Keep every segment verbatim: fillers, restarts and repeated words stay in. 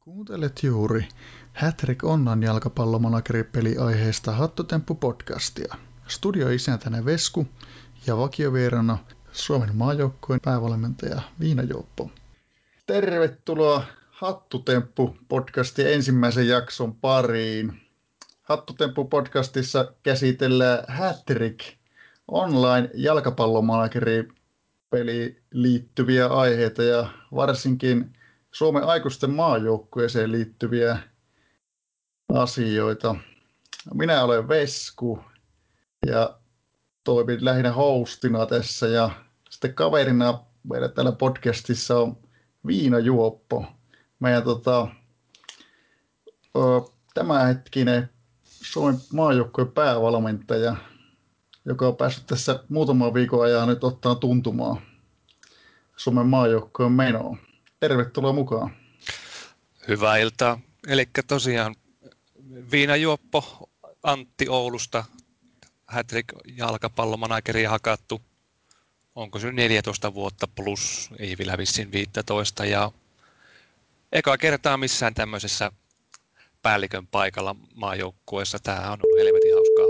Kuuntelet juuri Hattrick Onnan jalkapallomanageri-peliaiheesta Hattutemppu-podcastia. Studioisäntänä Vesku ja vakiovierana Suomen maajoukkueen päävalmentaja Viina Jooppo. Tervetuloa Hattutemppu-podcastin ensimmäisen jakson pariin. Hattutemppu-podcastissa käsitellään Hattrick Online jalkapallomanageri-peliin liittyviä aiheita ja varsinkin Suomen aikuisten maajoukkueeseen liittyviä asioita. Minä olen Vesku ja toimin lähinnä hostina tässä ja sitten kaverina meillä täällä podcastissa on Viina Juoppo. Meidän tota, tämänhetkinen Suomen maajoukkueen päävalmentaja, joka on päässyt tässä muutaman viikon ajan nyt ottaa tuntumaan Suomen maajoukkueen menoon. Tervetuloa mukaan. Hyvää iltaa. Eli tosiaan Viina Juoppo Antti Oulusta, Hattrick jalkapallomanageria hakattu. Onko se neljätoista vuotta plus, ei vielä vissiin viisitoista. Ja eka kertaa missään tämmöisessä päällikön paikalla maajoukkueessa. Tämähän on ollut helvetin hauskaa.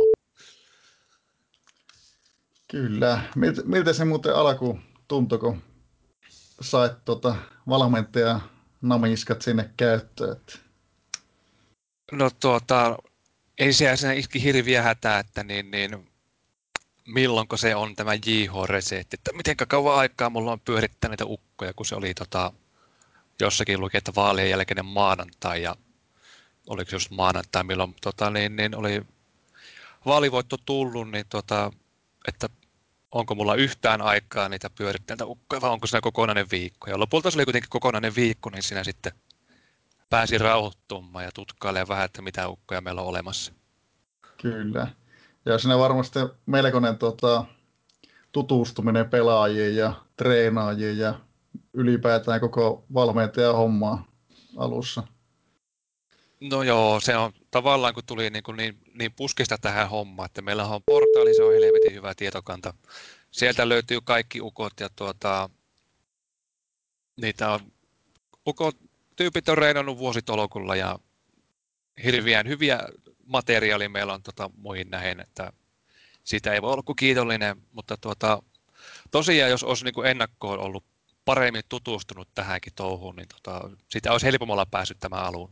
Kyllä. Miltä, miltä se muuten alkuun tuntui, kun sait tuota valmentaja namiskat sinne käyttöön? No tuota, ei siellä siinä iski hirviä hätää, että niin, niin, milloinko se on tämä J H-resetti, että miten kauan aikaa mulla on pyörittää näitä ukkoja, kun se oli tota, jossakin luki, että vaalien jälkeinen maanantai ja oliko se just maanantai, milloin tota, niin, niin oli vaalivoitto tullut, niin tota, että onko mulla yhtään aikaa niitä pyörittää näitä ukkoja vai onko siinä kokonainen viikko. Ja lopulta se oli kuitenkin kokonainen viikko, niin siinä sitten pääsi rauhoittumaan ja tutkailemaan vähän, että mitä ukkoja meillä on olemassa. Kyllä. Ja siinä varmasti melkoinen tota, tutustuminen pelaajiin ja treenaajiin ja ylipäätään koko valmentajan hommaa alussa. No joo, se on tavallaan kun tuli niin, kuin niin, niin puskista tähän hommaan, että meillä on portaali, se on helvetin hyvä tietokanta. Sieltä löytyy kaikki ukot ja tuota, niitä on, ukot, tyypit on reenannut vuositolkulla ja hirveän hyviä materiaalia meillä on tota, muihin nähen, että siitä ei voi olla kuin kiitollinen, mutta tuota, tosiaan jos olisi niin kuin ennakkoon ollut paremmin tutustunut tähänkin touhuun, niin tota, sitä olisi helpommalla päässyt tämän alun.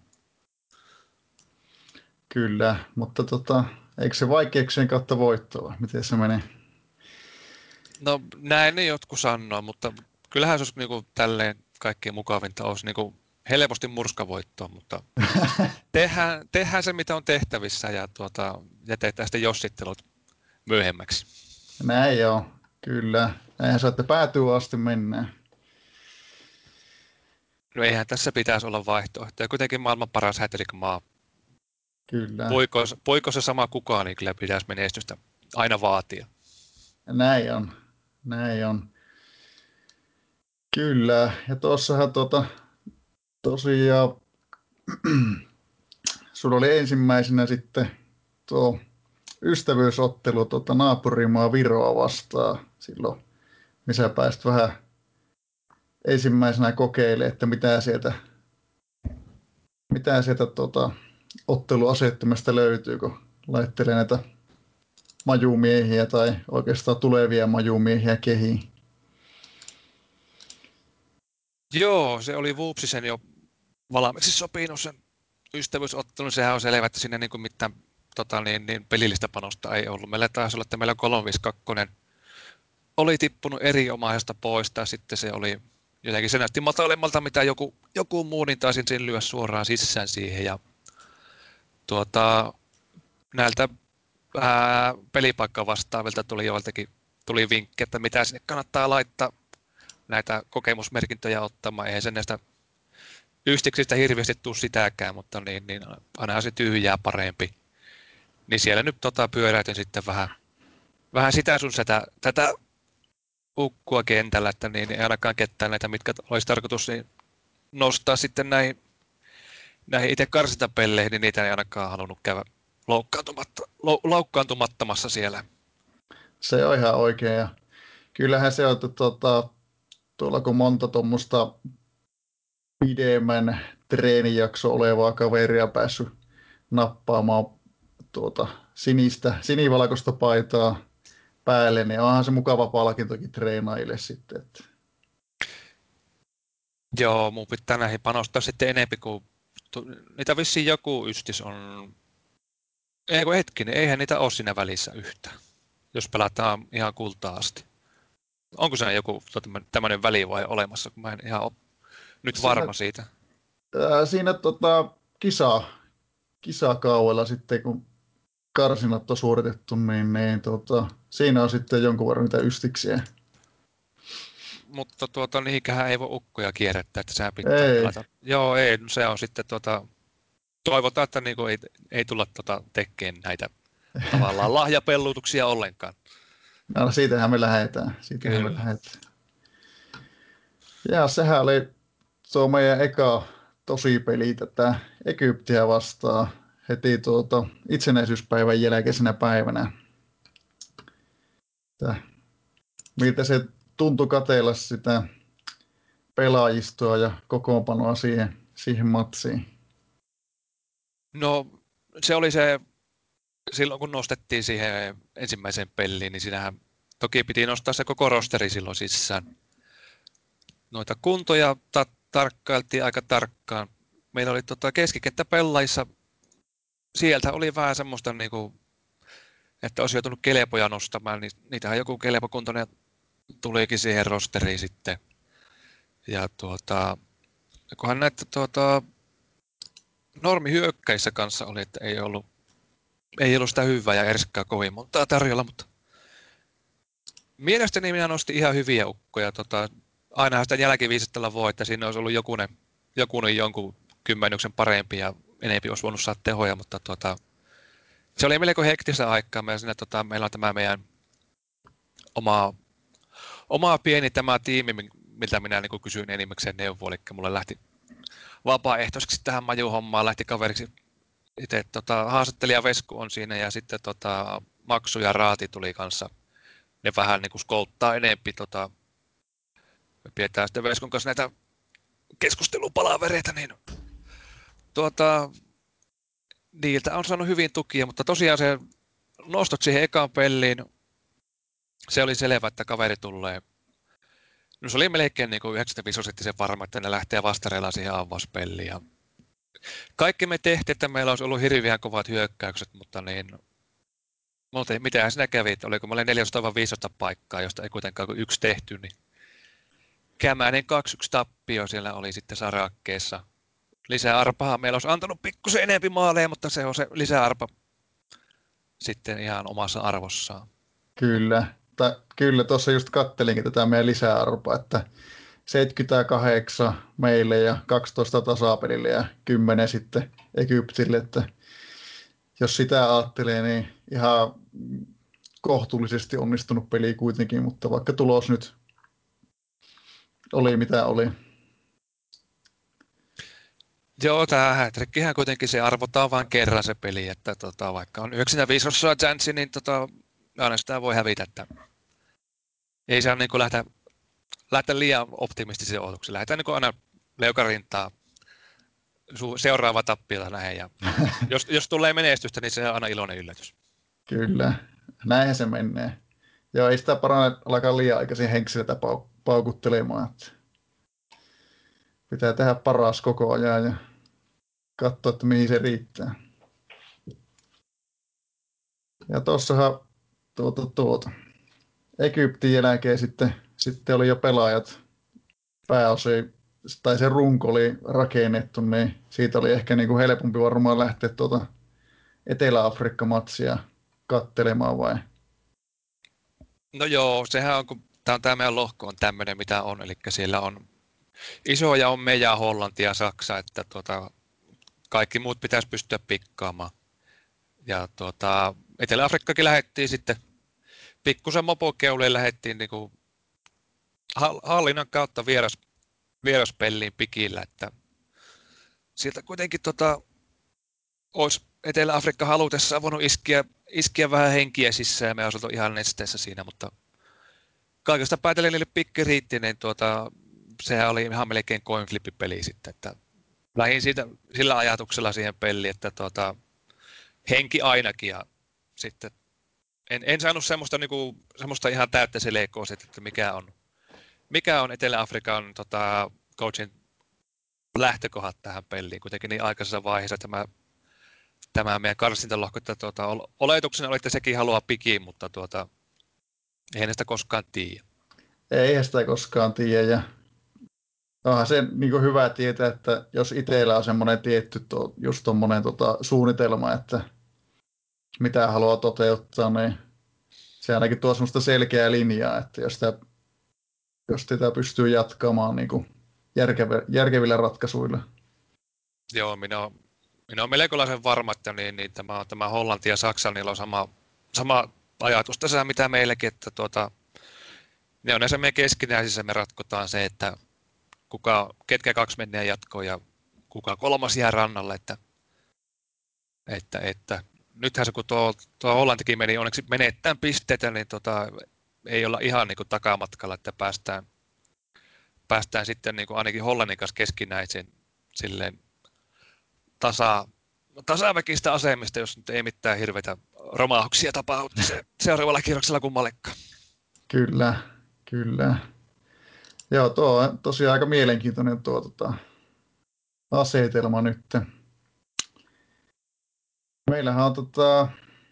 Kyllä, mutta tota, eikö se vaikeuksien kautta voittoa? Miten se menee? No näin ne jotkut sanoo, mutta kyllähän se olisi niin kuin, tälleen kaikkein mukavinta, olisi niin kuin, helposti murskavoittoa, mutta tehdään, tehdään se mitä on tehtävissä ja tuota, jätetään sitten jossittelut myöhemmäksi. Näin on, kyllä. Näinhän se, että päätyy asti mennään. No eihän tässä pitäisi olla vaihtoehtoja. Kuitenkin maailman paras Hattrick-maa. Kyllä. Poiko, poiko se sama kukaan, niin kyllä pitäisi menestystä aina vaatia. Näin on, näin on. Kyllä, ja tuossahan tuota, tosiaan sulla oli ensimmäisenä sitten tuo ystävyysottelu tuota naapurimaa Viroa vastaan silloin, missä pääsit vähän ensimmäisenä kokeilemaan, että mitä sieltä, mitä sieltä tuota, otteluasettimesta löytyy, kun laittelee näitä majumiehiä tai oikeastaan tulevia majumiehiä kehiin. Joo, se oli Vuupsisen jo valmiiksi sopinut sen ystävyysottelun. Sehän on selvä, että sinne niin kuin mitään tota, niin, niin pelillistä panosta ei ollut. Meillä taisi olla, että meillä kolme viisi kaksi oli tippunut erinomaisesta pois, ja sitten se oli jotenkin se näytti matalemmalta, mitä joku, joku muu, niin taisin sen lyö suoraan sisään siihen. Ja tuota, näiltä ää, pelipaikkaa vastaavilta tuli joiltakin tuli vinkki, että mitä sinne kannattaa laittaa näitä kokemusmerkintöjä ottamaan. Eihän se näistä ystiksistä hirveästi tule sitäkään, mutta niin, niin aina se tyhjää parempi. Niin siellä nyt tota, pyöräytin sitten vähän, vähän sitä sun sitä, tätä ukkua kentällä, että niin ei ainakaan ketään näitä, mitkä olisi tarkoitus niin nostaa sitten näihin, näihin itse karsintapelleihin, niin niitä ei ainakaan halunnut käydä loukkaantumatta, lou, loukkaantumattomassa siellä. Se on ihan oikein ja kyllähän se on, että tuota, tuolla kun monta tuommoista pidemmän treenijakso olevaa kaveria päässyt nappaamaan tuota sinistä, sinivalkoista paitaa päälle, niin onhan se mukava palkintokin treenaajille sitten. Että. Joo, mun pitää näihin panostaa sitten enempi, kun niitä vissiin joku ystys on. Ei kun hetkinen, eihän niitä ole siinä välissä yhtään, jos pelataan ihan kultaa asti. Onko siinä joku tämmöinen välivaihe olemassa, kun mä en ihan ole nyt siinä, varma siitä. Ää, siinä tota, kisa, kisakaudella sitten, kun karsinat on suoritettu, niin, niin tota, siinä on sitten jonkun verran niitä ystiksiä. Mutta tuota, niihinkähän ei voi ukkoja kierrättää, että sehän pitää Ei. pelata. Joo, ei, no se on sitten tuota, toivotaan, että niinku ei, ei tulla tuota, tekemään näitä tavallaan lahjapellutuksia ollenkaan. No siitähän me lähdetään. Siitähän me Kyllä. lähdetään. Ja sehän oli tuo meidän eka tosipeli tätä Egyptiä vastaan heti tuota itsenäisyyspäivän jälkeisenä päivänä. Että miltä se tuntui katsella sitä pelaajistoa ja kokoonpanoa siihen, siihen matsiin? No se oli se, silloin kun nostettiin siihen ensimmäiseen peliin, niin siinähän toki piti nostaa se koko rosteri silloin sisään. Noita kuntoja ta- tarkkailtiin aika tarkkaan. Meillä oli tota keskikenttäpelaajissa, sieltä oli vähän semmoista, niinku, että olisi joutunut kelpoja nostamaan, niin niitähän joku kelpokuntoinen tulikin siihen rosteriin sitten. Ja tuota, kunhan näitä tuota, normihyökkäissä kanssa oli, että ei ollut, ei ollut sitä hyvää ja erskää kovin montaa tarjolla, mutta mielestäni minä nostin ihan hyviä ukkoja. Tota, ainahan sitä jälkiviisattella voi, että siinä olisi ollut jokunen, jokunen jonkun kymmenyksen parempi ja enempi olisi voinut saada tehoja, mutta tuota, se oli melko hektistä aikaa. Meillä, siinä, tota, meillä on tämä meidän oma, oma pieni tämä tiimi, miltä minä niin kysyin enimmäkseen neuvoa, eli mulle lähti vapaaehtoiseksi tähän majuhommaan, lähti kaveriksi itse tota, haastattelija Vesku on siinä ja sitten tota, Maksu ja Raati tuli kanssa. Ne vähän niin kuin skouttaa enempi. Tota, me pidetään sitten Veskun kanssa näitä keskustelupalavereita, niin tuota, niiltä on saanut hyvin tukia, mutta tosiaan se nostot siihen ekaan peliin, se oli selvä, että kaveri tulee. No se oli melkein niin kuin yhdeksänkymmentäviisi prosenttisen varma, että ne lähtee vastareilla siihen avauspeliin. Ja kaikki me tehtiin, että meillä olisi ollut hirveän kovat hyökkäykset, mutta niin, mutta mitähän sinä kävit? Oliko meillä neljätoista vai viisitoista paikkaa, josta ei kuitenkaan kuin yksi tehty, niin Kämänen kaksi yksi tappio siellä oli sitten sarakkeessa. Lisäarpahan meillä olisi antanut pikkusen enempi maaleja, mutta se on se lisäarpa sitten ihan omassa arvossaan. Kyllä. Ta, kyllä, tuossa just kattelinkin tätä meidän lisäarvoa, että seitsemänkymmentäkahdeksan meille ja kaksitoista tasapelille ja kymmenen sitten Egyptille, että jos sitä ajattelee, niin ihan kohtuullisesti onnistunut peli kuitenkin, mutta vaikka tulos nyt oli mitä oli. Joo, tämä hätrikkihän kuitenkin se arvotaan vain kerran se peli, että tota, vaikka on yhdeksänkymmentäviisi osaa chanssi, niin tota, aina sitä voi hävitä. Että ei saa niin lähteä, lähteä liian optimistisiin odotuksiin. Lähdetään niin aina leukarintaa seuraava tappiota näin. Ja jos, jos tulee menestystä, niin se on aina iloinen yllätys. Kyllä, näinhän se menee. Joo, ei sitä parane alkaa liian aikaisin henksilöitä pau- paukuttelemaan. Että pitää tehdä paras koko ajan ja katsoa, että mihin se riittää. Ja tossahan tuota, tuota. Egyptin jälkeen sitten, sitten oli jo pelaajat pääosin, tai se runko oli rakennettu, niin siitä oli ehkä niin kuin helpompi varmaan lähteä tuota Etelä-Afrikka-matsia kattelemaan vai? No joo, sehän on, kun tämä on tämä meidän lohko on tämmöinen, mitä on, eli siellä on isoja on me ja Hollanti ja Saksa, että tuota, kaikki muut pitäisi pystyä pikkaamaan. Ja tuota, Etelä-Afrikkakin lähettiin sitten, pikkusen mopokeuleen lähettiin niin kuin hallinnan kautta vieras, vieraspelliin pikillä, että sieltä kuitenkin tota, olisi Etelä-Afrikka halutessaan voinut iskeä, iskeä vähän henkiä sisään ja me olisi oltu ihan nesteessä siinä, mutta kaikesta päätellen niille pikki riitti, niin tuota, sehän oli ihan melkein coin flip-peli sitten, että lähdin siitä, sillä ajatuksella siihen peliin, että tuota, henki ainakin ja sitten en, en saanut semmoista, niinku, semmoista ihan täyttä selkoa, että mikä on, mikä on Etelä-Afrikan tota, coachin lähtökohdat tähän peliin. Kuitenkin niin aikaisessa vaiheessa tämä, tämä meidän karsintalohko, että tuota, oletuksena oli, että sekin haluaa pikiin, mutta tuota, eihän sitä koskaan tiedä. Ei sitä koskaan tiedä. Ja onhan se niin kuin hyvä tietää, että jos itsellä on semmoinen tietty tuo, just tuommoinen tota, suunnitelma, että mitä haluaa toteuttaa, niin se ainakin tuo semmoista selkeää linjaa, että jos sitä, jos sitä pystyy jatkamaan niin kuin järkevä, järkevillä ratkaisuilla. Joo, minä olen, minä olen melkoisen varma, että niin, niin tämä, tämä Hollanti ja Saksa, niillä on sama, sama ajatus tässä, mitä meilläkin, että tuota, ne on näissä meidän keskinäisissä, me ratkotaan se, että kuka, ketkä kaksi menee jatkoon ja kuka kolmas jää rannalle, että, että, että nythän se kun tuo, tuo Hollantikin meni onneksi menettämään pisteitä, niin tota, ei olla ihan niin kuin takamatkalla, että päästään, päästään sitten niin kuin ainakin Hollannin kanssa keskinäiseen silleen tasa, tasaväkistä asemista, jos nyt ei mitään hirveitä romahduksia tapahdu seuraavalla kierroksella kummallekaan. Kyllä, kyllä. Joo, tuo on tosiaan aika mielenkiintoinen tuo tota, asetelma nyt. Meillähän on tota,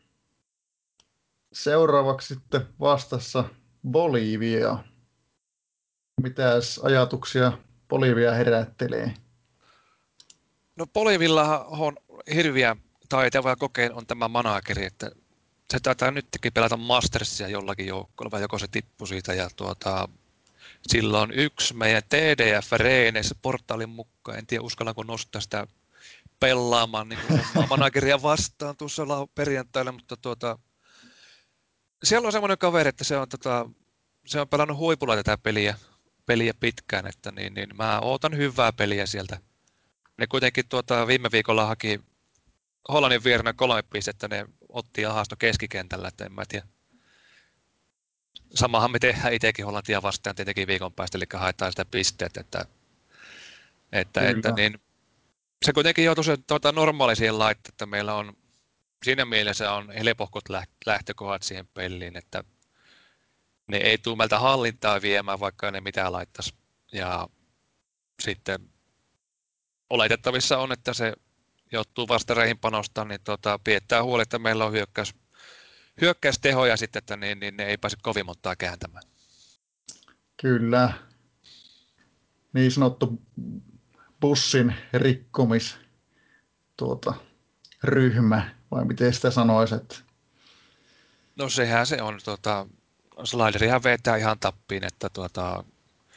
seuraavaksi sitten vastassa Bolivia. Mitäs ajatuksia Bolivia herättelee? No Bolivillahan on hirviä taitava kokeen on tämä manageri, että se taitaa nytkin pelata Mastersia jollakin joukkoilla, vai joko se tippui siitä, ja tuota, sillä on yksi meidän T D F Reeneissä portaalin mukaan, en tiedä uskallanko nostaa sitä pelaamaan niin kuin omaa manageria vastaan tuossa perjantaina, mutta tuota, siellä on semmoinen kaveri, että se on, tota, se on pelannut huipulla tätä peliä, peliä pitkään, että niin, niin mä ootan hyvää peliä sieltä. Ne kuitenkin tuota, viime viikolla haki Hollannin vierellä kolme pistettä, ne otti ahasto keskikentällä, että en mä tiedä. Samahan me tehdään itsekin Hollantia vastaan tietenkin viikon päästä, eli haetaan sitä pisteet, että, että, että Kyllä. niin, se kuitenkin joutui se tuota, normaali siihen laittaa, että meillä on siinä mielessä on helpohkot lähtökohdat siihen peliin, että ne ei tule meiltä hallintaa viemään, vaikka ne mitään laittaisi. Ja sitten oletettavissa on, että se joutuu vastareihin panostamaan, niin tota, pidetään huoli, että meillä on hyökkäys, hyökkäystehoja sitten, että niin, niin ne ei pääse kovin montaa kääntämään. Kyllä. Niin sanottu bussin rikkomis tuota, ryhmä, vai miten sitä sanoisit? No sehän se on, tota, sliderihan vetää ihan tappiin, että tuota,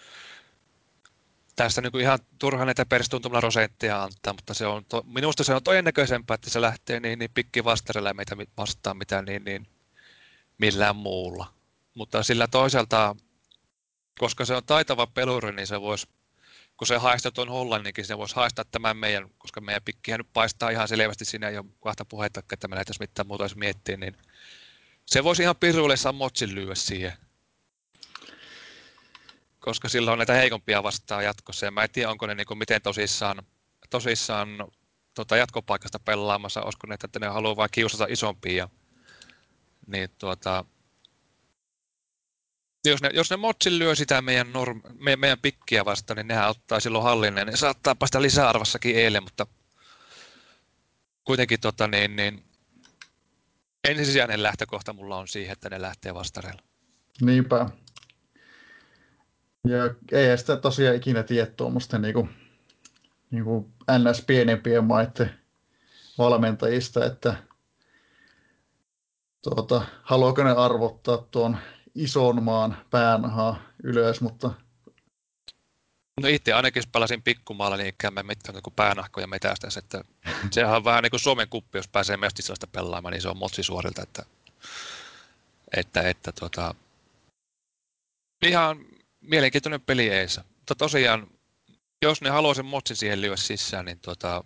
tästä niin kuin ihan turha näitä perstuntumalla rosentteja antaa, mutta se on to, minusta se on todennäköisempää, että se lähtee niin, niin pikki vastarella meitä vastaan mitä niin, niin millään muulla. Mutta sillä toisaalta, koska se on taitava peluri, niin se voisi, kun se haistaa tuon Hollanninkin, se voisi haistaa tämän meidän, koska meidän pikkihän nyt paistaa ihan selvästi, siinä ei ole kahta puhetta, että me lähdettäisiin mitään muuta edes miettimään, niin se voisi ihan piruillessaan motsin lyödä siihen. Koska sillä on näitä heikompia vastaan jatkossa, ja mä en tiedä, onko ne niin kuin miten tosissaan, tosissaan tota jatkopaikasta pelaamassa, olisiko ne, että ne haluaa vain kiusata isompia. Niin tuota, jos ne, jos ne motsin lyö sitä meidän, norm, meidän, meidän pikkiä vastaan, niin nehän ottaa silloin hallinnan. Ne saattaa päästä lisäarvassakin eilen, mutta kuitenkin tota, niin, niin, ensisijainen lähtökohta mulla on siihen, että ne lähtee vastareilla. Niinpä. Ja ei sitä tosiaan ikinä tiedä tuommoisten niinku, niinku N S pienempien maiden valmentajista, että tuota, haluaako ne arvottaa tuon ison maan päänahaa ylös, mutta No itse ainakin jos pelasin pikkumaalla, niin ikään mä mitään niin päänahkoja metästäisi, että sehän on vähän niin kuin Suomen kuppi, jos pääsee mestisalaista pelaamaan, niin se on motsi suorilta, että, että, että tota, ihan mielenkiintoinen peli eessä. Mutta tosiaan, jos ne haluaa sen motsin siihen lyödä sisään, niin tota,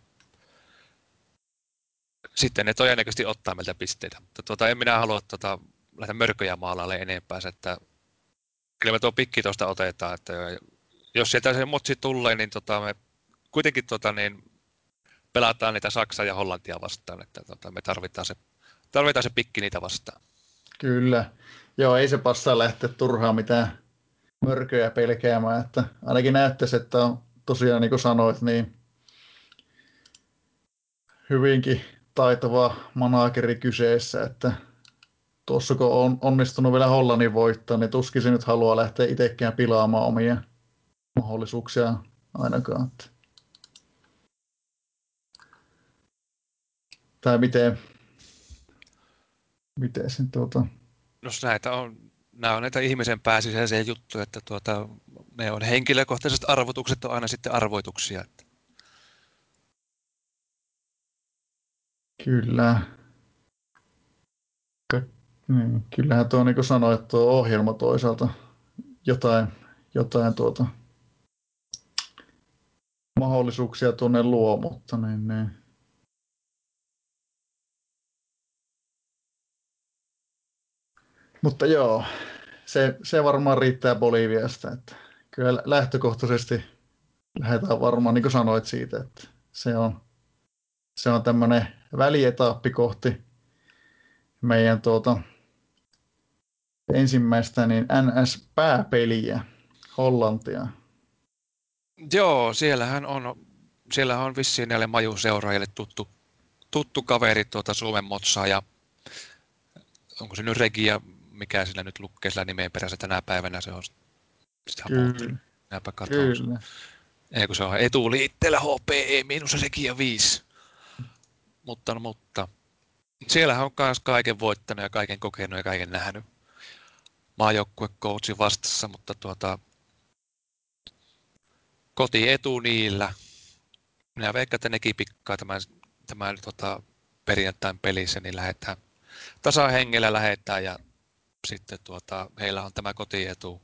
sitten ne todennäköisesti ottaa meiltä pisteitä. Mutta tota, en minä halua tota, lähteä mörköjä maalalle enempää, että kyllä me tuo pikki tuosta otetaan, että jos sieltä se motsi tulee, niin tota, me kuitenkin tota, niin, pelataan niitä Saksaa ja Hollantia vastaan, että tota, me tarvitaan se, tarvitaan se pikki niitä vastaan. Kyllä. Joo, ei se passaa lähteä turhaan mitään mörköjä pelkäämään, että ainakin näyttäisi, että on tosiaan niin kuin sanoit, niin hyvinkin taitava manageri kyseessä, että tuossa kun on onnistunut vielä Hollannin voittaa, niin tuskin se nyt haluaa lähteä itsekään pilaamaan omia mahdollisuuksia ainakaan. Tai miten, miten sen tuota... No näitä on, nämä on näitä ihmisen pääsisäisiä juttuja, että tuota, ne on henkilökohtaiset arvotukset on aina sitten arvoituksia. Kyllä. Ka- niin, kyllähän tuo niin kuin sanoi, että tuo ohjelma toisaalta jotain, jotain tuota mahdollisuuksia tuonne luo, mutta niin, niin. Mutta joo, se, se varmaan riittää Boliviasta, että kyllä lähtökohtaisesti lähdetään varmaan, niin kuin sanoit siitä, että se on, se on tämmöinen välietappi kohti meidän tuota, ensimmäistä niin N S-pääpeliä Hollantia. Joo, siellähän on, siellähän on vissiin näille majuseuraajille tuttu, tuttu kaveri tuota Suomen Motsaa ja onko se nyt Regia, mikä sillä nyt lukee sillä nimeen perässä tänä päivänä, se on sitä muuttunut. Kyllä, Minäpä katson. kyllä. Ei kun se on etuliitteellä H P E miinus Regia viisi. Mutta, no, mutta siellähän on myös kaiken voittanut ja kaiken kokenut ja kaiken nähnyt maajoukkuekoutsi vastassa, mutta tuota, kotietu niillä. Minä veikkaan, että nekin pikkaa tämän, tämän tota, perjantain pelissä, niin lähdetään tasahengellä lähdetään ja sitten tuota, heillä on tämä kotietu.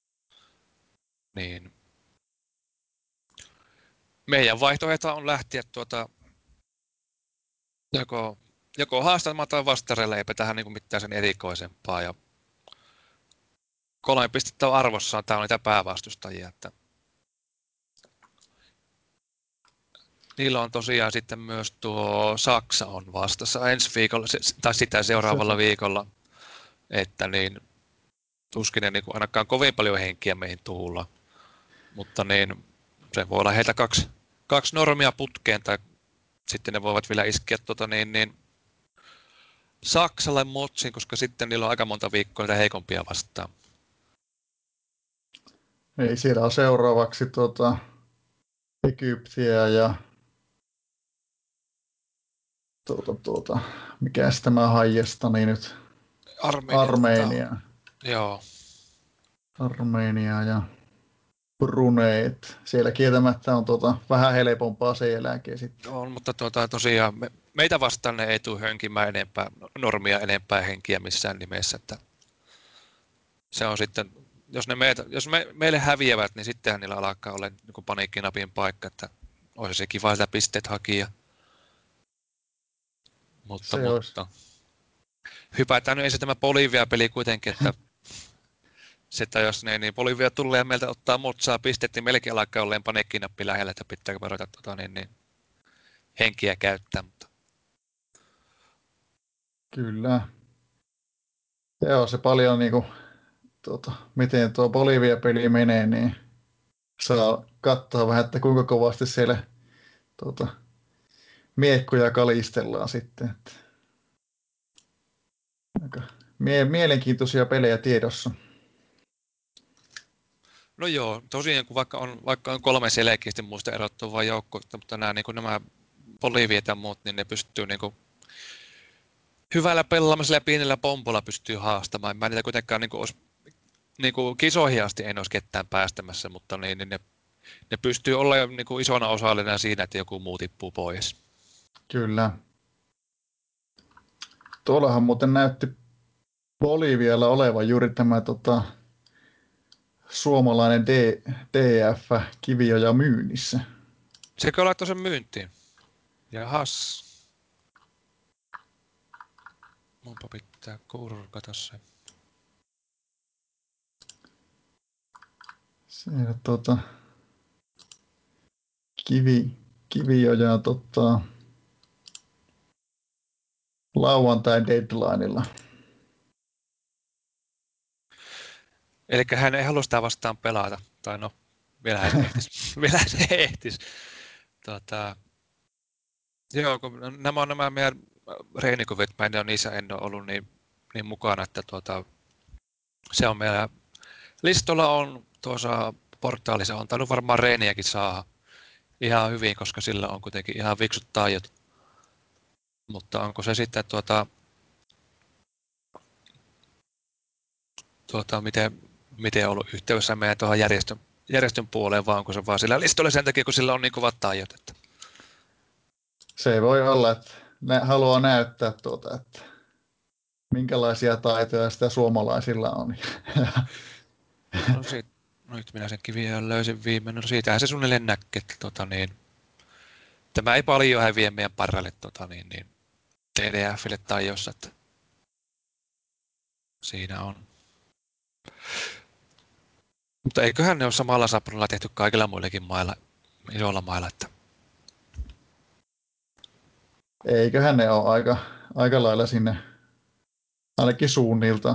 Niin meidän vaihtoehto on lähteä tuota, joko, joko haastamaan tai vastareille, eipä tähän niin mitään sen erikoisempaa. Ja kolme pistettä on arvossaan, tämä on niitä päävastustajia, että niillä on tosiaan sitten myös tuo Saksa on vastassa ensi viikolla, tai sitä seuraavalla viikolla, että niin tuskin ne niin kuin ainakaan kovin paljon henkiä meihin tuulla. Mutta niin, se voi olla heitä kaksi, kaksi normia putkeen, tai sitten ne voivat vielä iskeä tuota niin, niin Saksalle motsiin, koska sitten niillä on aika monta viikkoa niitä heikompia vastaan. Ei, siellä on seuraavaksi tuota, Egyptiä ja tuota, tuota, mikäs tämä haijasta, niin nyt Armenia taitaa olla. Armenia. Joo. Armenia ja Brunei. Siellä kieltämättä on tuota, vähän helpompaa sen jälkeen sitten. On, mutta tuota, tosiaan me, meitä vastaan ne ei tule hönkimään enempää, normia enempää henkiä missään nimessä. Että se on sitten, jos, ne meitä, jos me, meille häviävät, niin sittenhän niillä alkaa olla niin paniikkinapin paikka, että olisi se kiva sitä pisteet hakia. Mutta, Se olisi. mutta hypätään nyt ensin tämä Bolivia-peli kuitenkin, että se, että jos ne, niin Bolivia tulee ja meiltä ottaa motsaa pistet, niin melkein alkaa olleen paniikkinappi lähellä, että pitääkö varata tota, niin, niin, henkiä käyttää. Mutta Kyllä. Joo, se paljon niin kuin, tuota, miten tuo Bolivia-peli menee, niin saa katsoa vähän, että kuinka kovasti siellä tuota, miekkoja kalistellaan sitten. Että aika mie- mielenkiintoisia pelejä tiedossa. no joo, tosiaan kun vaikka on, vaikka on kolme selkeästi muista erottuvaa joukkoa, mutta nämä, niin kuin nämä Boliviat ja muut, niin ne pystyy niin kuin hyvällä pelaamisella ja pienellä pompolla pystyy haastamaan. Mä niitä kuitenkaan niin kuin olisi, niin kuin kisoihin asti en olisi ketään päästämässä, mutta niin, niin ne, ne pystyy olemaan niin kuin isona osallinen siinä, että joku muu tippuu pois. Kyllä. Tuollahan muuten näytti Bolivialla olevan juuri tämä tota, suomalainen D, DF Kivioja myynnissä. Sekö laittoi sen myyntiin? Jahas. Munpa pitää kurkata se. Siellä tota, kivi, Kiviojaa tota, lauantai deadlineilla. Eli hän ei halua sitä vastaan pelata. Tai no, vielä se ehtis. vielä se ehtis. Tota, joo, kun nämä on nämä meidän reenikuvit, mä en ole niissä en ole ollut niin, niin mukana, että tuota, se on meillä listolla on tuossa portaalissa, on tainnut varmaan reeniäkin saada ihan hyvin, koska sillä on kuitenkin ihan viksut taidot. Mutta onko se sitten tuota, tuota miten, miten on ollut yhteydessä meidän tuohon järjestön, järjestön puoleen, vai onko se vaan sillä listolla sen takia, kun sillä on niin kovat taidot? Että... Se voi olla, että ne haluaa näyttää, tuota, että minkälaisia taitoja sitä suomalaisilla on. No, siitä, no nyt minä sen kiviä löysin viimein. No siitähän se suunnilleen näkee, että tota, niin, tämä ei paljon häviä meidän parralle tota, niin, niin, T D F:lle tai jos, että siinä on. Mutta eiköhän ne ole samalla sapunalla tehty kaikilla muillekin mailla, isoilla mailla. Että... Eiköhän ne ole aika, aika lailla sinne, ainakin suunnilta.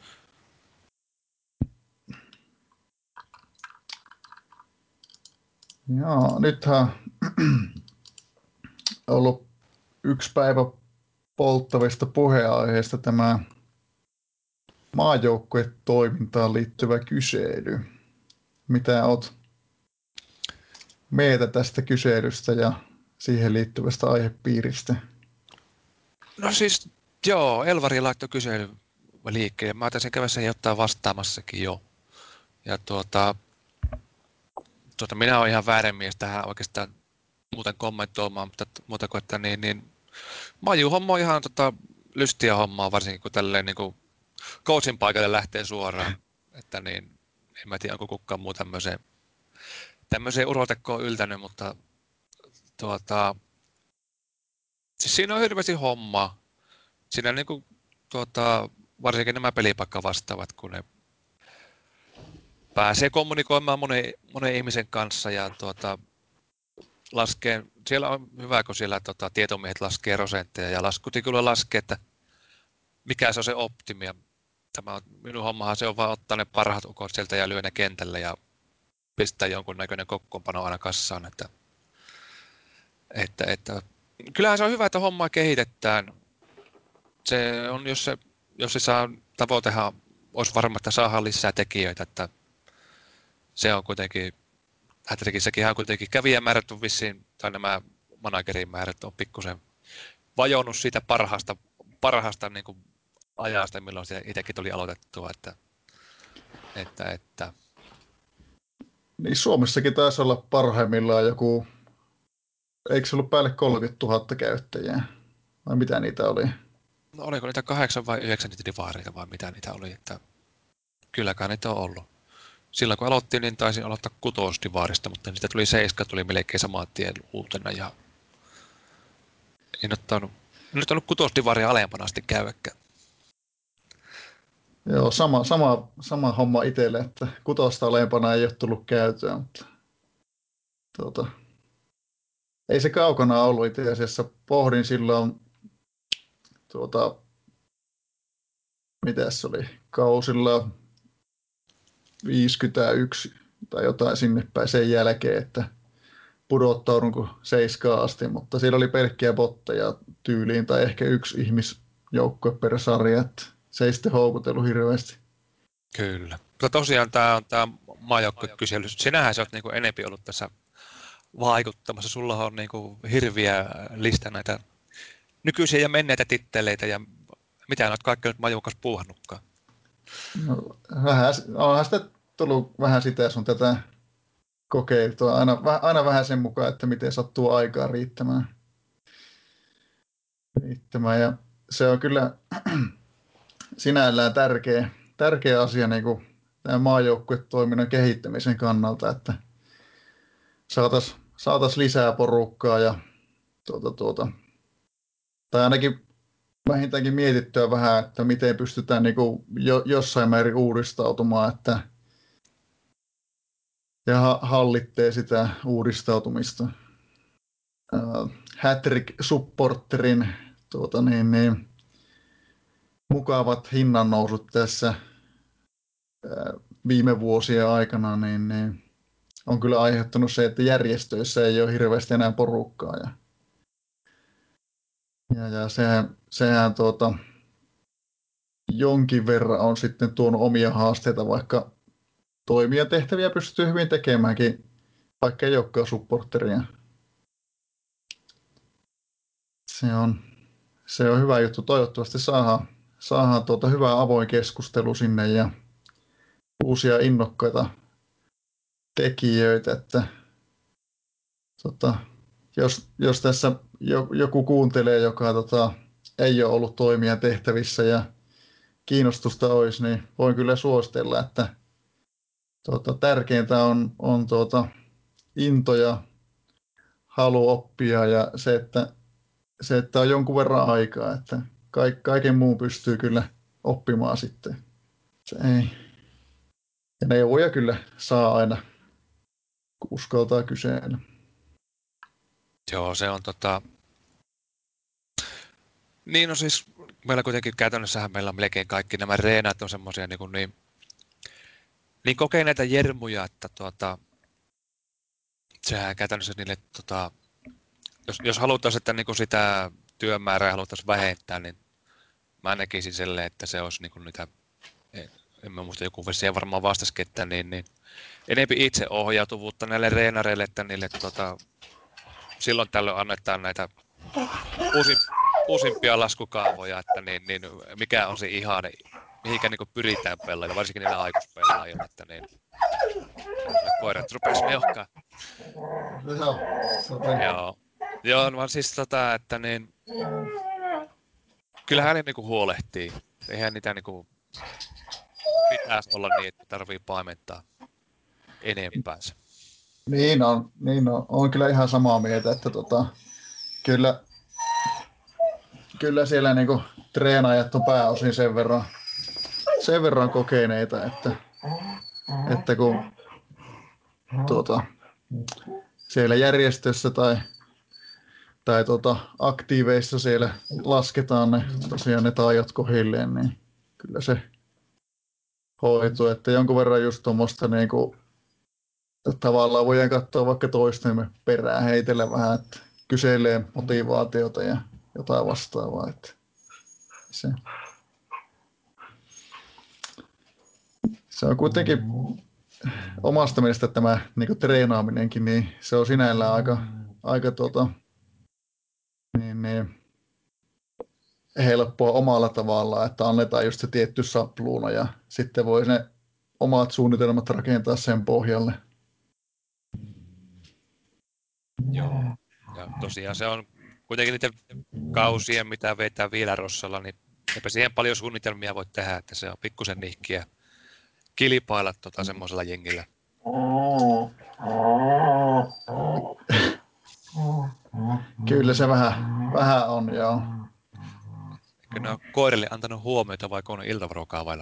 Joo, nythän on ollut yksi päivä polttavista puheenaiheista tämä maajoukkuetoimintaan liittyvä kysely. Mitä oot mieltä tästä kyselystä ja siihen liittyvästä aihepiiristä? No siis, joo, Elvari laittoi kysely liikkeelle. Mä taisin käydä sen ottaa vastaamassakin jo. Ja tuota, tuota, minä olen ihan väärän mies tähän oikeastaan muuten kommentoimaan, mutta muuta kuin, että niin, niin Maju-homma on ihan tota, lystiä hommaa, varsinkin kun tälleen niin kuin coachin paikalle lähtee suoraan. Että niin, en mä tiedä, onko kukaan muu tämmöiseen, tämmöiseen urotekkoon yltänyt, mutta tuota, siis siinä on hirveästi hommaa. Siinä niin kuin, tuota, varsinkin nämä pelipaikka vastaavat, kun ne pääsee kommunikoimaan monen, monen ihmisen kanssa ja tuota, laskee, siellä on hyvä, kun siellä tota, tietomiehet laskee prosentteja ja laskuti kyllä laskee, että mikä se on se optimi. Ja tämä on, minun hommahan se on vaan ottaa ne parhaat ukot sieltä ja lyö ne kentälle ja pistää jonkunnäköinen kokoonpano aina kassaan. Että, että, että, kyllähän se on hyvä, että hommaa kehitetään. Se on, jos se, jos se saa tavoitehan, olisi varma, että saadaan lisää tekijöitä, että se on kuitenkin, Hätrickissäkin on kuitenkin kävijämäärät on vissiin, tai nämä managerin määrät on pikkusen vajonnut siitä parhaasta, parhaasta niin kuin ajasta, milloin se itsekin tuli aloitettua. Että, että, että. Niin Suomessakin taisi olla parhaimmillaan joku, eikö se ollut päälle kolmekymmentätuhatta käyttäjää? Vai mitä niitä oli? No, oliko niitä kahdeksan vai yhdeksän niitä divaareita vai mitä niitä oli, että kylläkään niitä on ollut. Silloin kun aloittiin, niin taisin aloittaa kutosdivaarista, mutta niitä tuli seiska, tuli melkein saman tien uutena ja en ottanut, en ottanut kutosdivaaria alempana asti käydäkään. Joo, sama, sama, sama homma itselle, että kutosta alempana ei ole tullut käytyä, mutta tuota, ei se kaukana ollut itse asiassa. Pohdin silloin, tuota, mitä se oli, kausilla viisikymmentäyksi tai jotain sinne päin sen jälkeen, että pudottaudunko seiskaan asti, mutta siellä oli pelkkiä botteja tyyliin tai ehkä yksi ihmisjoukkue per sarja, että se ei sitten houkutellut hirveästi. Kyllä. Mutta tosiaan tämä on tämä maajoukkuekysely. Sinähän sä oot niin enempi ollut tässä vaikuttamassa. Sulla on niin kuin hirviä lista näitä nykyisiä ja menneitä titteleitä ja mitä en ole kaikki nyt majukas puuhannutkaan. No, vähän, onhan sitä tullut vähän sitä sun tätä kokeiltua, aina, aina vähän sen mukaan, että miten sattuu aikaa riittämään. riittämään. Ja se on kyllä sinällään tärkeä, tärkeä asia niin kuin tämän maajoukkuetoiminnan kehittämisen kannalta, että saataisiin saatais lisää porukkaa ja tuota, tuota, tai ainakin vähintäänkin mietittyä vähän, että miten pystytään niin kuin jo, jossain määrin uudistautumaan, että ja ha- hallittee sitä uudistautumista. Uh, Hattrick Supporterin tuota niin, niin, mukavat hinnannousut tässä uh, viime vuosien aikana niin, niin, on kyllä aiheuttanut se, että järjestöissä ei ole hirveästi enää porukkaa. Ja, ja, ja sehän, sehän tuota, jonkin verran on sitten tuonut omia haasteita, vaikka toimia tehtäviä pystyy hyvin tekemäänkin, vaikka ei olekaan supporteria. Se on, se on hyvä juttu. Toivottavasti saadaan, saadaan tuota hyvää avoin keskustelu sinne ja uusia innokkaita tekijöitä, että tota, jos, jos tässä joku kuuntelee, joka tota, ei ole ollut toimia tehtävissä ja kiinnostusta olisi, niin voin kyllä suositella, että tota, tärkeintä on, on tuota, into ja halu oppia ja se, että, se, että on jonkun verran aikaa, että kaiken muun pystyy kyllä oppimaan sitten. Se ei. Ja neuvoja kyllä saa aina, kun uskaltaa kyseellä. Joo, se on tota... Niin, no siis meillä kuitenkin käytännössähän meillä on melkein kaikki nämä reenat on semmoisia niin, niin, niin kokeneita jermuja, että tuota, sehän käytännössä niille, tota, jos, jos haluttaisiin, että niin sitä työmäärää haluttaisiin vähentää, niin mä näkisin sille, että se olisi niin niitä, en, en mä muista, joku siihen varmaan vastasikin, että niin, niin enempi itseohjautuvuutta näille reenareille, että niille tota, silloin tällöin annetaan näitä uusi, uusimpia laskukaavoja, että niin, niin, mikä on se ihane, mihinkä niin pyritään pelaajille, varsinkin niillä aikuispelaajilla, että niin, koirat rupes meuhkaa. Joo. Joo, vaan siis tota, että niin, kyllähän ne niinku huolehtii. Eihän niitä niinku pitäisi olla niin, että tarvii paimentaa enempäänsä. Niin on, niin on. Olen kyllä ihan samaa mieltä, että tota, kyllä, kyllä siellä niinku treenaajat on pääosin sen verran, sen verran kokeneita, että, että kun tuota, siellä järjestössä tai, tai tuota, aktiiveissa siellä lasketaan ne, tosiaan ne taajat kohilleen, niin kyllä se hoituu, että jonkun verran just tuommoista niinku, tavallaan voidaan katsoa vaikka toistemme perään, heitellä vähän, että kyselee motivaatiota ja jotain vastaavaa. Että se, se on kuitenkin omasta mielestä tämä niin kuin treenaaminenkin, niin se on sinällään aika, aika tuota, niin, niin, helppoa omalla tavallaan, että annetaan just se tietty sapluuna ja sitten voi ne omat suunnitelmat rakentaa sen pohjalle. Joo. Ja tosiaan se on kuitenkin niiden kausien, mitä vetää Viilarossalla, niin eipä siihen paljon suunnitelmia voi tehdä, että se on pikkusen nihkiä kilpailla tota semmoisella jengillä. Kyllä se vähän, vähän on, joo. Eikö ne ole koirille antanut huomiota vai kun on iltavuorokaavailla?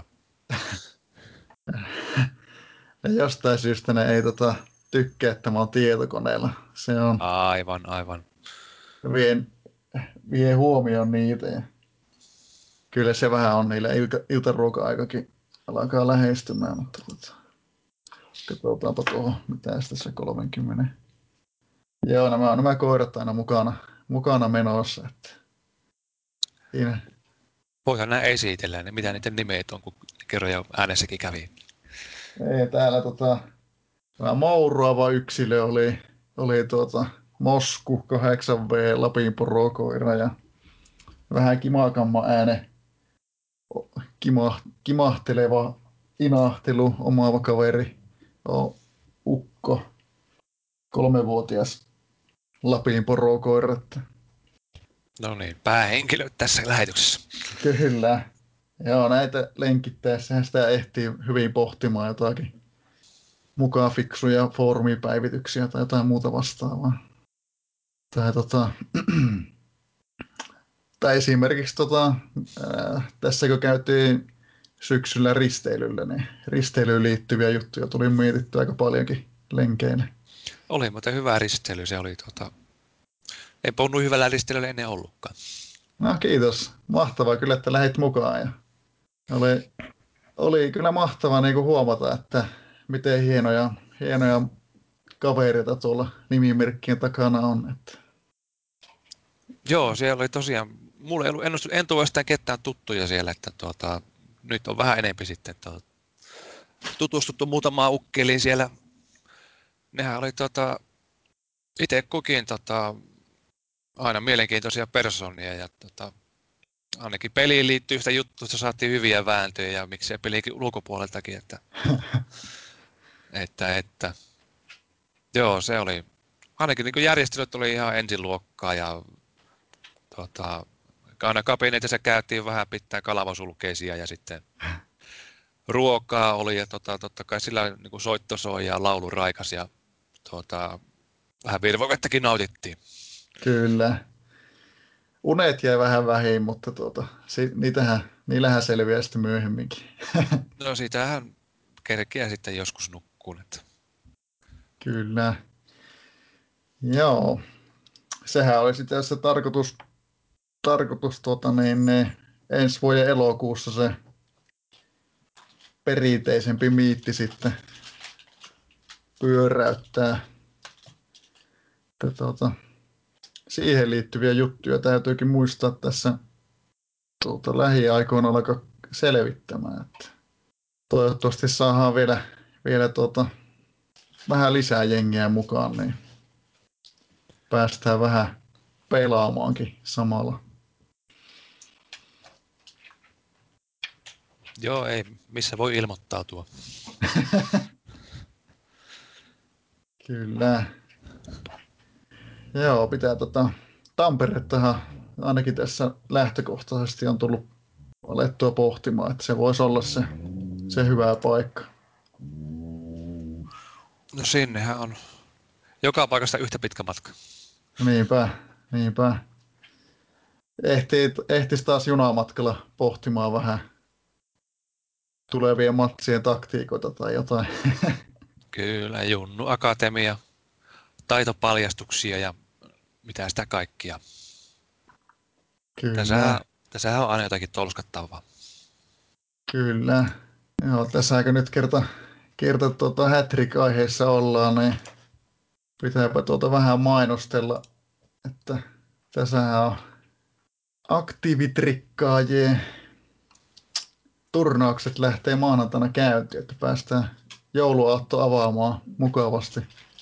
Ja jostain syystä ne ei tota, tykkää, että mä oon tietokoneella. Se on, Aivan, aivan. vie, vie huomioon niitä. Ja kyllä se vähän on niillä ilta, iltaruoka-aikakin alkaa lähestymään, mutta tota, katsotaanpa tuohon, mitä tässä kolmekymmentä. Joo, nämä, nämä koirat aina mukana, mukana menossa. Että siinä. Voihan nämä esitellä, niin mitä niiden nimet on, kun kerran jo äänessäkin kävi. Ei, täällä tota, tämä mouruava yksilö oli, oli tuota, Mosku kahdeksan V Lapin porokoira ja vähän kimakamma ääne, kima, kimahteleva inahtelu omaava kaveri on Ukko, kolmevuotias Lapin porokoira. No niin, päähenkilöt tässä lähetyksessä. Kyllä. Joo, näitä lenkittäessähän sitä ehtii hyvin pohtimaan jotakin mukaan fiksuja foorumipäivityksiä tai jotain muuta vastaavaa. Tai, tota, tai esimerkiksi tota, ää, tässä kun käytiin syksyllä risteilyllä, niin risteilyyn liittyviä juttuja tuli mietittyä aika paljonkin lenkeille. Oli muuten hyvä ristely, se oli tota... Ei noin hyvällä risteilyllä ennen ollutkaan. No kiitos. Mahtavaa kyllä, että lähdit mukaan. Ja oli, oli kyllä mahtavaa niin kuin huomata, että miten hienoja, hienoja kavereita tuolla nimimerkkien takana on. Että. Joo, siellä oli tosiaan, mulla ei ollut ennustus, en tuosta ketään tuttuja siellä, että tuota, nyt on vähän enempi sitten tuota, tutustuttu muutamaan ukkeliin siellä. Nehän oli tota, itse kukin tota, aina mielenkiintoisia persoonia ja tota, ainakin peliin liittyy yhtä juttuista, saatiin hyviä vääntöjä ja miksei peliäkin ulkopuoleltakin, että, että, että joo, se oli, ainakin niin järjestelyt oli ihan ensiluokkaa ja tota, aina kabineetissa käytiin vähän pitää kalavosulkeisia ja sitten ruokaa oli ja tota, totta kai sillä niin soitto soi ja laulu raikas ja tota, vähän virvovettäkin nautittiin. Kyllä. Unet jäi vähän vähin, mutta tuota, si, niitähän, niillähän selviää sitten myöhemminkin. No siitähän kerkeä sitten joskus nukkuun. Että. Kyllä. Joo. Sehän oli sitten se tarkoitus, tarkoitus tuota, niin, niin, ensi vuoden elokuussa se perinteisempi miitti sitten pyöräyttää. Että, tuota, siihen liittyviä juttuja täytyykin muistaa tässä tuota, lähiaikoina alkaa selvittämään. Että toivottavasti saadaan vielä, vielä tuota, vähän lisää jengiä mukaan, niin päästään vähän pelaamaankin samalla. Joo, ei, missä voi ilmoittautua. Kyllä. Joo, pitää tota, Tamperettahan ainakin tässä lähtökohtaisesti on tullut alettua pohtimaan, että se voisi olla se, se hyvä paikka. No sinnehän on joka paikasta yhtä pitkä matka. Niinpä, niinpä. Ehtii, ehtis taas junamatkalla pohtimaan vähän tulevien matsien taktiikoita tai jotain. Kyllä, Junnu Akatemia, taitopaljastuksia ja mitä sitä kaikkia. Kyllä, Tässähän, tässähän on aina jotakin tolskattavaa. kyllä. Joo, tässäkö nyt kerta, kerta tuota hat-trick-aiheessa ollaan, niin pitääpä tuota vähän mainostella, että tässähän on aktiivitrikkaajien turnaukset lähtee maanantaina käyntiin, että päästään jouluaatto avaamaan mukavasti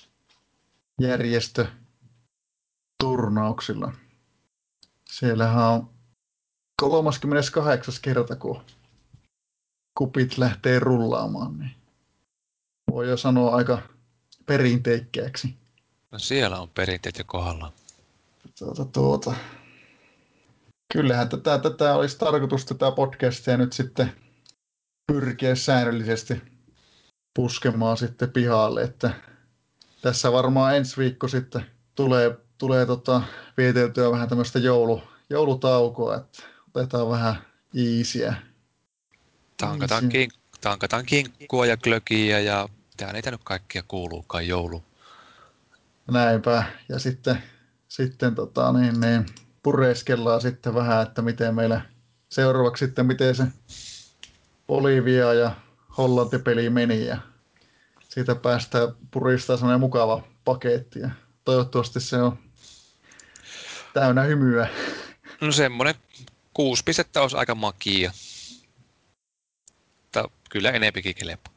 järjestöturnauksilla. Siellähän on kolmaskymmeneskahdeksas kerta, kun kupit lähtee rullaamaan, niin voi jo sanoa aika perinteikkääksi. No siellä on perinteet jo kohdallaan. Tuota, tuota. Kyllähän tätä, tätä olisi tarkoitus tätä podcastia nyt sitten pyrkiä säännöllisesti puskemaan sitten pihalle, että tässä varmaan ensi viikko sitten tulee, tulee tota, vieteltyä vähän tämmöistä joulu, joulutaukoa, että otetaan vähän iisiä. Tankataan, kink, tankataan kinkkua ja glögiä ja mitä niitä nyt kaikkia kuuluukaan joulu. Näinpä. Ja sitten, sitten tota, niin, niin, pureskellaan sitten vähän, että miten meillä seuraavaksi sitten, miten se Bolivia ja Hollanti-peli meni ja siitä päästään puristaa semmoinen mukava paketti ja toivottavasti se on täynnä hymyä. No semmoinen kuusi pistettä olisi aika makia. Mutta kyllä enempikin kelpaa.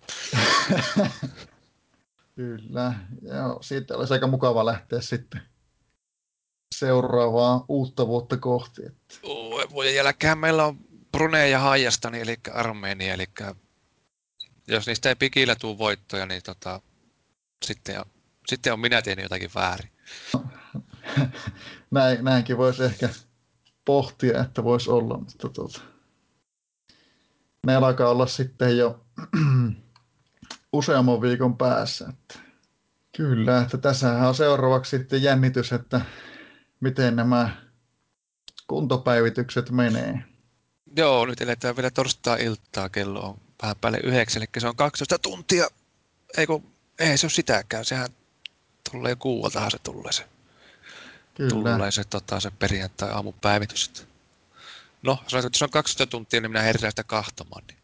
Kyllä, joo, siitä olisi aika mukava lähteä sitten seuraavaa uutta vuotta kohti. Että. Vuoden jälkeen meillä on Brunei ja Haijastani, eli Armeenia, eli jos niistä ei pikillä tule voittoja, niin tota, sitten, sitten on minä tehnyt jotakin väärin. Näin, näinkin voisi ehkä pohtia, että voisi olla, mutta tuota, ne alkaa olla sitten jo useamman viikon päässä. Että. Kyllä, että tässähän on seuraavaksi sitten jännitys, että miten nämä kuntopäivitykset menee. Joo, nyt eletään vielä torstai-iltaa, kello on vähän päälle yhdeksän, eli se on kaksitoista tuntia, ei kun Ei se ole sitäkään, sehän tulee kuueltahan se tulee se, Kyllä, tulee se, tota, se perjantai-aamupäivitys. Että no, sanoit, että se on kaksitoista tuntia, niin minä herään sitä kahtomaan. Niin,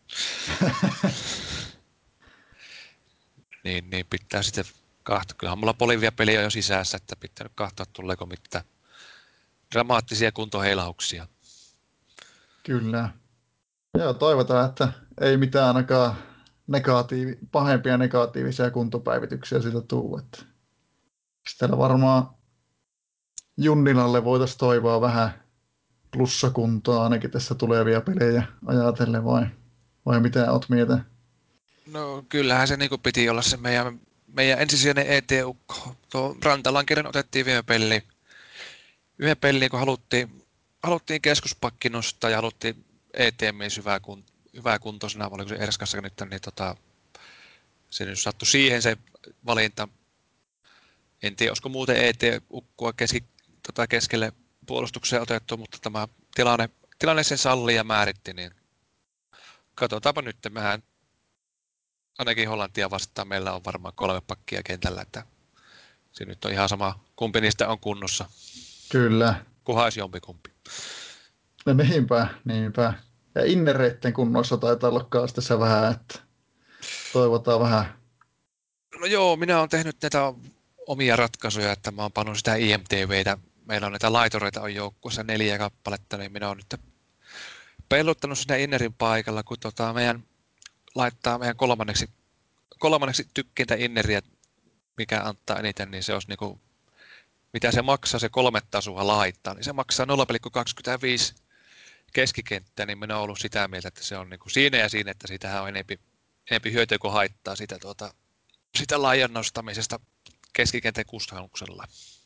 niin, niin pitää sitten kahtoa. Kyllähän mulla Bolivia-peli on jo sisässä, että pitää nyt kahtoa, tuleeko mitään dramaattisia kuntoheilauksia. kyllä. Joo, toivotaan, että ei mitään ainakaan negatiivi, pahempia negatiivisia kuntopäivityksiä siitä tule. Että täällä varmaan Junnilalle voitaisiin toivoa vähän plussakuntoa ainakin tässä tulevia pelejä ajatellen, vai, vai mitä oot mieltä? No kyllähän se niin piti olla se meidän, meidän ensisijainen E T-ukko. Tuo Rantalankiren otettiin viime peliin. Yhden peliin, kun haluttiin, haluttiin keskuspakki nostaa ja haluttiin E T-mies hyvää, kun, hyvää kuntoisena, oliko se Erskassa nyt, niin tota, se nyt sattui siihen se valinta. En tiedä, olisiko muuten E T-ukkua keski, tota keskelle puolustukseen otettu, mutta tämä tilanne, tilanne sen sallii ja määritti, niin katsotaanpa nyt. Mehän ainakin Hollantia vastaan meillä on varmaan kolme pakkia kentällä, että se nyt on ihan sama, kumpi niistä on kunnossa, Kyllä. kunhan olisi jompikumpi. No niinpä, niinpä. Ja innereitten kunnossa taitaa olla kanssa tässä vähän, että toivotaan vähän. No joo, minä olen tehnyt näitä omia ratkaisuja, että mä oon pannut sitä I M T V:tä. Meillä on näitä laitoreita on joukkueessa neljä kappaletta, niin minä olen nyt peiluttanut siinä innerin paikalla, kun tota meidän laittaa meidän kolmanneksi, kolmanneksi tykkintä inneriä, mikä antaa eniten, niin se olisi niinku, mitä se maksaa, se kolme tasua laittaa, niin se maksaa nolla pilkku kaksikymmentäviisi keskikenttä, niin minä olen ollut sitä mieltä, että se on niinku siinä ja siinä, että siitähän on enempi, enempi hyötyä kuin haittaa sitä, tuota, sitä laajan nostamisesta keskikentän kustannuksella.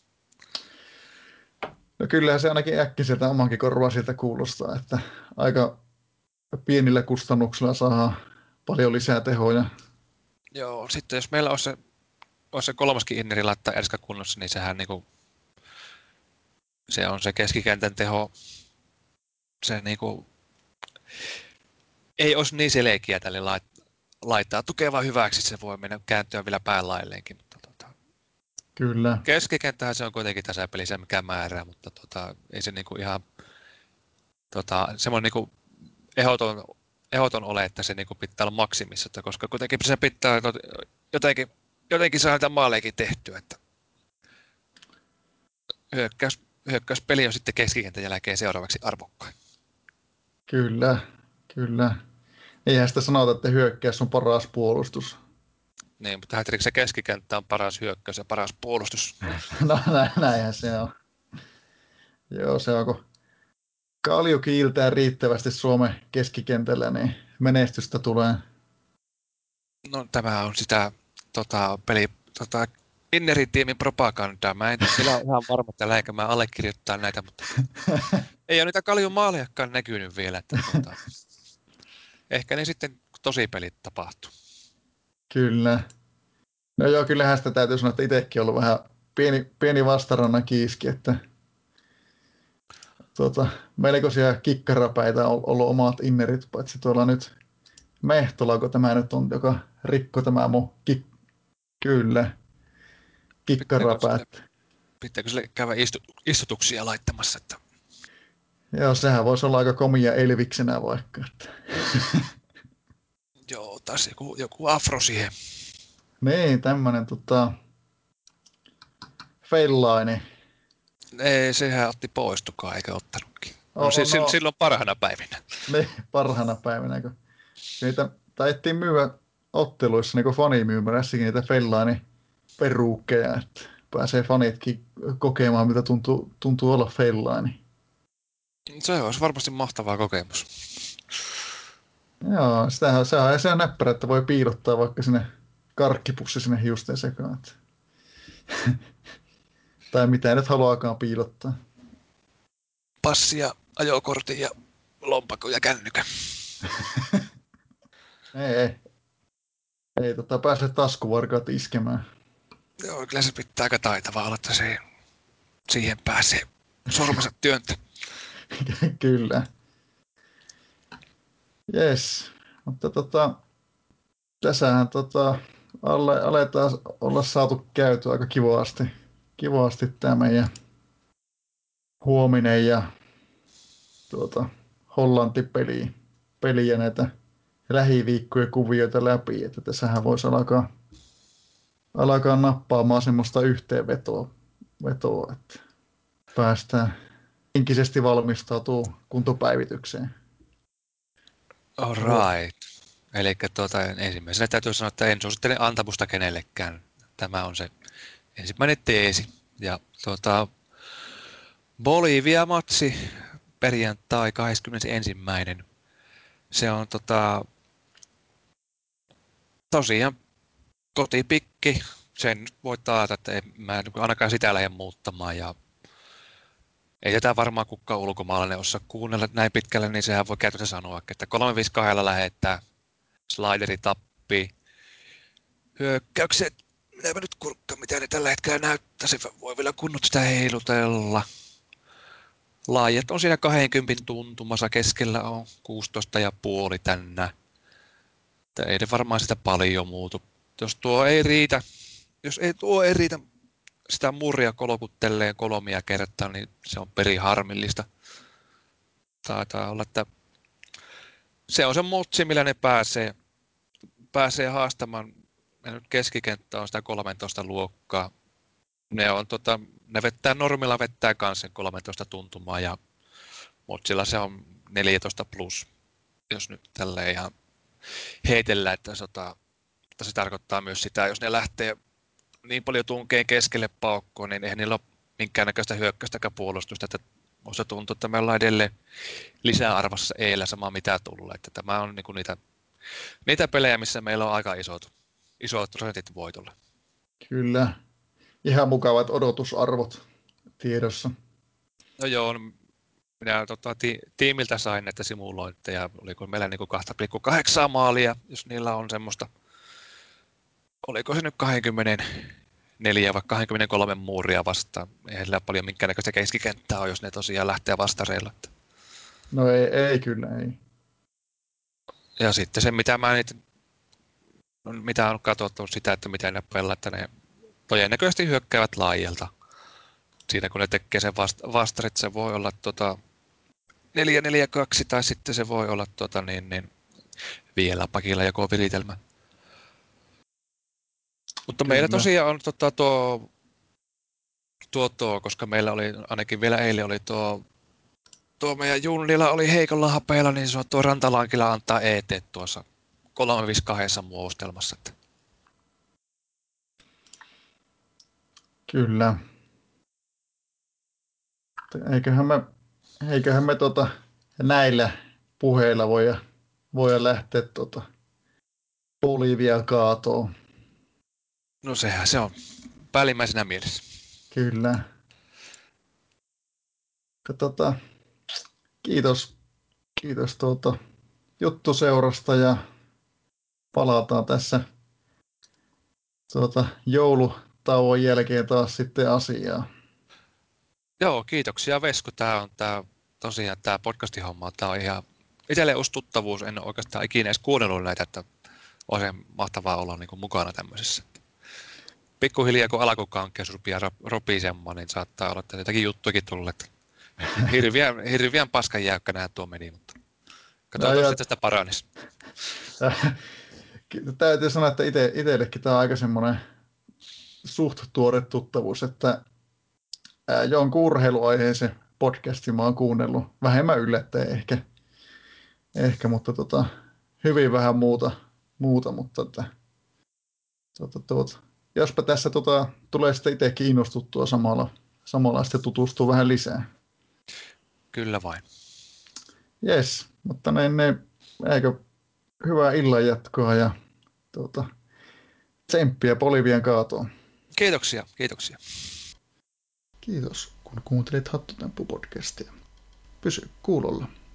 No kyllähän se ainakin äkkiseltä omankin korvaa siltä kuulostaa, että aika pienillä kustannuksilla saa paljon lisää tehoja. Joo, sitten jos meillä olisi se, olisi se kolmaskin inneri laittaa Erska kunnossa, niin sehän niinku, se on se keskikentän teho, se niinku, ei olisi niin selkeä tälle lait- laittaa tukevaa hyväksi, se voi mennä kääntyä vielä päälailleenkin, mutta tota, Kyllä, keskikenttähän se on kuitenkin tasapeli se mikä määrää, mutta tota, ei se niinku ihan tota, semmoinen niinku ehdoton, ehdoton ole, että se niinku pitää olla maksimissa, että koska kuitenkin se pitää jotenkin, jotenkin saada niitä maalejakin tehtyä, että hyökkäys, hyökkäyspeli on sitten keskikentän jälkeen seuraavaksi arvokkain. kyllä, kyllä. Eihän sitä sanota, että hyökkäys on paras puolustus. Niin, mutta hätirikö se keskikenttä on paras hyökkäys ja paras puolustus. No nä- näinhän se on. Joo, se on, kun Kalju kiiltää riittävästi Suomen keskikentällä, niin menestystä tulee. No tämä on sitä tota, peli, tota, Innerin-tiimin propagandaa. Mä en vielä ole ihan varma, että lähdekö mä allekirjoittaa näitä, mutta ei ole niitä Kaljun maalejakaan näkynyt vielä. Että, tota, ehkä ne sitten tosipelit tapahtuu. Kyllä. No joo, kyllähän sitä täytyy sanoa, että itsekin ollut vähän pieni, pieni vastarannan kiiski, että tuota, melkoisia kikkarapäitä on ollut omat innerit, paitsi tuolla nyt Mehtola, kun tämä nyt on, joka rikko tämä mun kik... Kyllä, Pitääkö sille, kikkarapäät. pitääkö sille käydä istu, istutuksia laittamassa? Että... Joo, sehän voisi olla aika komia Elviksenä vaikka. Että. Joo, taas joku, joku afro siihen. Niin, tämmönen tota, Fellaini. Ei, sehän otti poistukaan, eikä ottanutkin. No, Oh, siis no, silloin parhaana päivinä. niin, parhaana päivänä, kun niitä taidettiin myyä otteluissa, niin kuin fanimyymärässäkin niitä Fellaini peruukkeja, että pääsee fanitkin kokemaan, mitä tuntuu, tuntuu olla Fellaini. Se olisi varmasti mahtava kokemus. Joo, sitähän, se on ihan näppärä, että voi piilottaa vaikka sinne karkkipussi sinne hiusten sekaan. Tai mitä nyt haluaakaan piilottaa. Passi ja ajokortin ja lompakko ja kännykän. Ei, ei. Ei tota, pääse taskuvarkaat iskemään. Joo, kyllä se pitää aika taitavaa olla, että se, siihen pääsee sormensa työntä. Kyllä. Yes. Mutta tota, tässähän tota, alle, aletaan olla saatu käyty aika kivasti, kivasti tämä meidän huominen ja tuota, Hollanti-peli peli ja näitä lähiviikkojen kuvioita läpi, että tässähän voisi alkaa, alkaa nappaamaan semmoista yhteenvetoa, vetoa, että päästään henkisesti valmistautuu kuntopäivitykseen. All right. Eli tuota, ensimmäisenä täytyy sanoa, että en suosittele antamusta kenellekään. Tämä on se ensimmäinen teesi. Ja tuota, Bolivia-matsi perjantai kahdeskymmenesensimmäinen Se on tota, tosiaan kotipikki. Sen voi taata, että en mä ainakaan sitä lähde muuttamaan. Ja ei tätä varmaan kukaan ulkomaalainen osaa kuunnella näin pitkälle, niin sehän voi käytännössä sanoa, että kolme viisi kaksi lähettää slideri tappii. Hyökkäykset, minäpä nyt kurkka, mitä ne tällä hetkellä näyttää. Se voi vielä kunnot sitä heilutella. Laajat on siinä kaksikymmentä tuntumassa, keskellä on kuusitoista ja puoli tänään. Ei ne varmaan sitä paljon muutu. Jos tuo ei riitä, jos ei tuo ei riitä sitä murria kolkuttelleen kolmia kertaa, niin se on perin harmillista. Taitaa olla, että se on se mutsi, millä ne pääsee, pääsee haastamaan. Nyt keskikenttä on sitä kolmetoista luokkaa. Ne, on, tota, ne vettää normilla vettää kanssa sen kolmetoista tuntumaa ja mutsilla se on neljätoista plus, jos nyt tälleen ihan heitellään, että, sota, että se tarkoittaa myös sitä, jos ne lähtee niin paljon tunkeen keskelle paukkoon, niin eihän niillä ole minkäännäköistä hyökkäystäkään puolustusta, että minusta tuntuu, että me ollaan edelleen lisäarvossa eellä sama mitä tulee, että tämä on niinku niitä, niitä pelejä, missä meillä on aika isot, isot prosentit voitolle. Kyllä, ihan mukavat odotusarvot tiedossa. No joo, minä tota, ti, tiimiltä sain näitä simulointeja, oliko meillä niinku kaksi pilkku kahdeksan maalia, jos niillä on semmoista, oliko se nyt kaksikymmentäneljä vai kaksikymmentäkolme muuria vastaan, eihän sillä paljon minkäännäköistä keskikenttää ole, jos ne tosiaan lähtee vastareilla. No ei, ei kyllä, ei. Ja sitten se, mitä mä niitä, mitä on katsottu sitä, että miten ne pelaa, että ne todennäköisesti hyökkäävät laajalta. Siinä kun ne tekee sen vast- vastarit, se voi olla tota neljä neljä kaksi tai sitten se voi olla tota niin, niin vielä pakilla joko viritelmä. Mutta Kyllä. meillä tosiaan on tota, tuo, tuo, tuo, koska meillä oli, ainakin vielä eilen oli tuo, tuo meidän Junnilla oli heikolla hapeella, niin se on tuo Rantalankilla antaa E T tuossa kolme viisi kaksi muodostelmassa. Kyllä. Eiköhän me, eiköhän me tota, näillä puheilla voida, voida lähteä tota, Bolivia kaatoon. No sehän se on päällimmäisenä mielessä. Kyllä. Tota, kiitos, kiitos tuota, juttuseurasta ja palataan tässä tuota, joulutauon jälkeen taas sitten asiaan. Joo, kiitoksia Vesku. Tämä on tämä, tosiaan tämä podcastin homma. Tämä on ihan itselleen uusi tuttavuus. En ole oikeastaan ikinä edes kuunnellut näitä, että on se mahtavaa olla niin kuin mukana tämmöisessä. Pikkuhiljaa kun alkukankeus rupeaa ropisemaan, niin saattaa olla, että jotakin juttuakin tullut. Hirviän, hirviän paskan jäykkänä tuo meni, mutta katsotaan, jos tästä paranisi. Täytyy sanoa, että ite, itsellekin tämä on aika semmoinen suht tuore tuttavuus, että ää, jonkun urheiluaiheisen podcastin mä oon kuunnellut. Vähemmän yllättäen ehkä, ehkä mutta tota, hyvin vähän muuta, muuta mutta että, tota, tota, jospa tässä tota, tulee sitten itse kiinnostuttua samalla, samalla sitten tutustuu vähän lisää. Kyllä vain. Jes, mutta ne, ne, eikö hyvää illan jatkoa ja tuota, tsemppiä Bolivian kaatoon. Kiitoksia, kiitoksia. Kiitos, kun kuuntelit Hattutemppu-podcastia. Pysy kuulolla.